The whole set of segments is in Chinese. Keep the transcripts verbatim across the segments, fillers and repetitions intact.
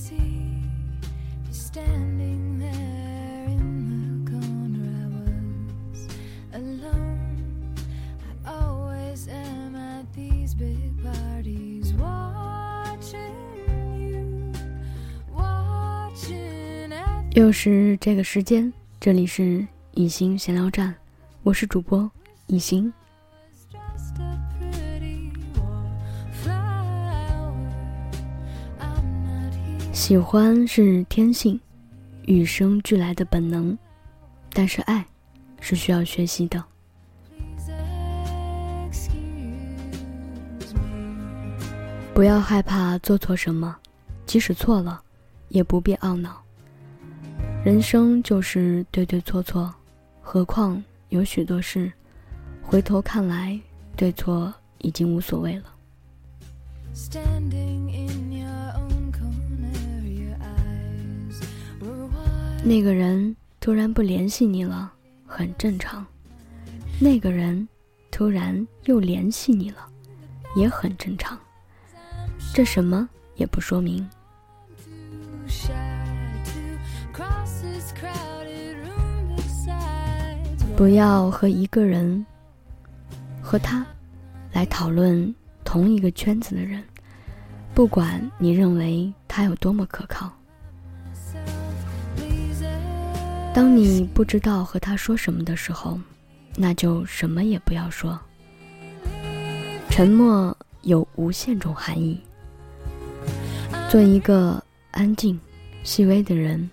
又是这个时间，这里是以心闲聊站，我是主播以心。喜欢是天性，与生俱来的本能，但是爱是需要学习的。不要害怕做错什么，即使错了，也不必懊恼。人生就是对对错错，何况有许多事，回头看来，对错已经无所谓了。那个人突然不联系你了，很正常。那个人突然又联系你了，也很正常。这什么也不说明。不要和一个人和他来讨论同一个圈子的人，不管你认为他有多么可靠。当你不知道和他说什么的时候，那就什么也不要说。沉默有无限种含义。做一个安静细微的人，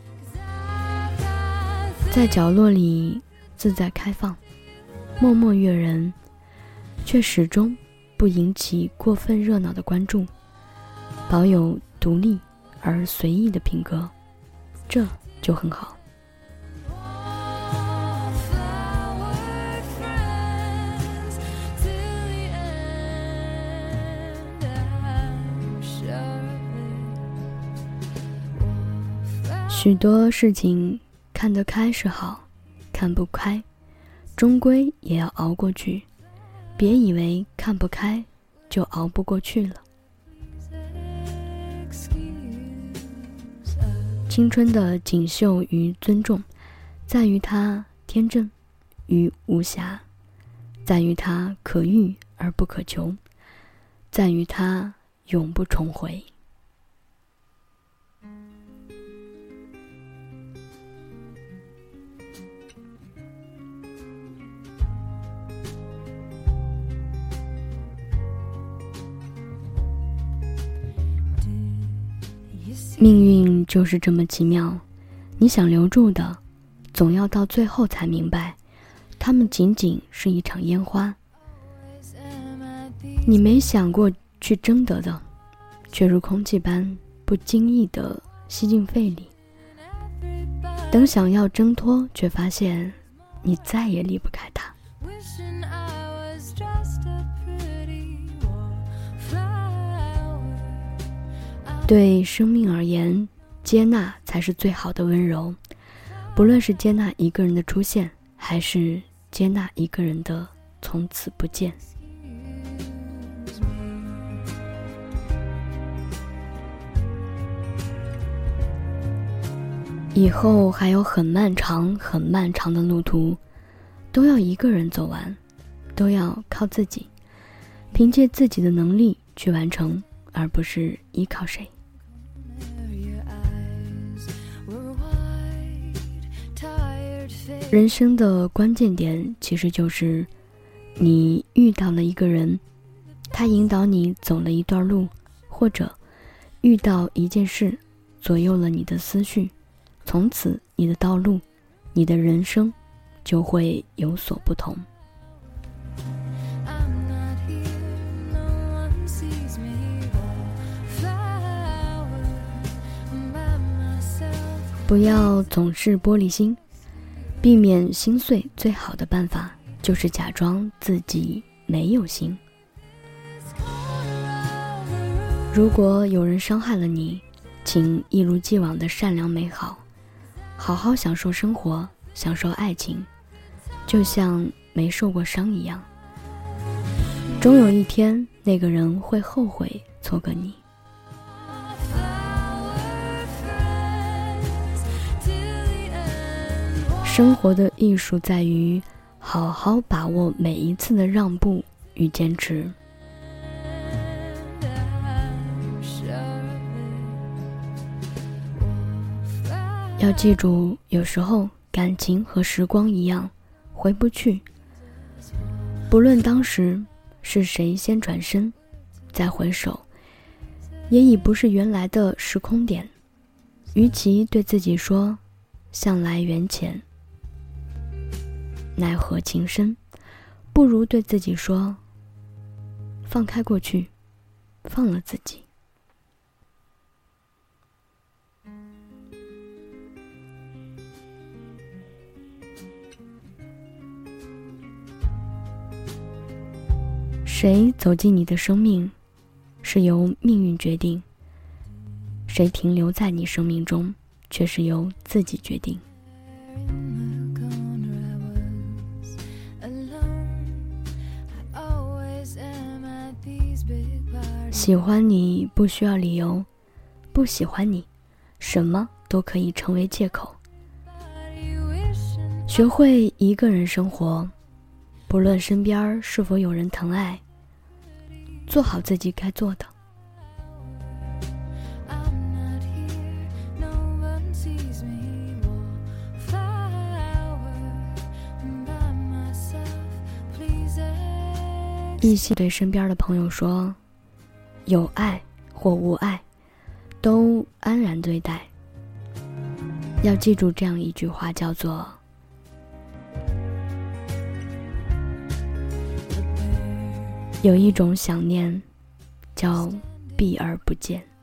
在角落里自在开放，默默悦人，却始终不引起过分热闹的关注，保有独立而随意的品格，这就很好。许多事情看得开是好，看不开终归也要熬过去，别以为看不开就熬不过去了。青春的锦绣与尊重，在于它天真与无瑕，在于它可遇而不可求，在于它永不重回。命运就是这么奇妙，你想留住的，总要到最后才明白，它们仅仅是一场烟花。你没想过去争得的，却如空气般不经意地吸进肺里。等想要挣脱，却发现你再也离不开它。对生命而言，接纳才是最好的温柔，不论是接纳一个人的出现，还是接纳一个人的从此不见。以后还有很漫长很漫长的路途，都要一个人走完，都要靠自己，凭借自己的能力去完成，而不是依靠谁。人生的关键点其实就是你遇到了一个人，他引导你走了一段路，或者遇到一件事左右了你的思绪，从此你的道路，你的人生就会有所不同。不要总是玻璃心，避免心碎最好的办法就是假装自己没有心。如果有人伤害了你，请一如既往的善良美好，好好享受生活，享受爱情，就像没受过伤一样。终有一天，那个人会后悔错过你。 生活的艺术在于好好把握每一次的让步与坚持。要记住，有时候感情和时光一样，回不去。不论当时是谁先转身，再回首，也已不是原来的时空点。与其对自己说向来缘浅，奈何情深，不如对自己说放开过去，放了自己。谁走进你的生命，是由命运决定；谁停留在你生命中，却是由自己决定。喜欢你不需要理由，不喜欢你，什么都可以成为借口。学会一个人生活，不论身边是否有人疼爱，做好自己该做的。一起对身边的朋友说，有爱或无爱，都安然对待。要记住这样一句话，叫做有一种想念叫避而不见。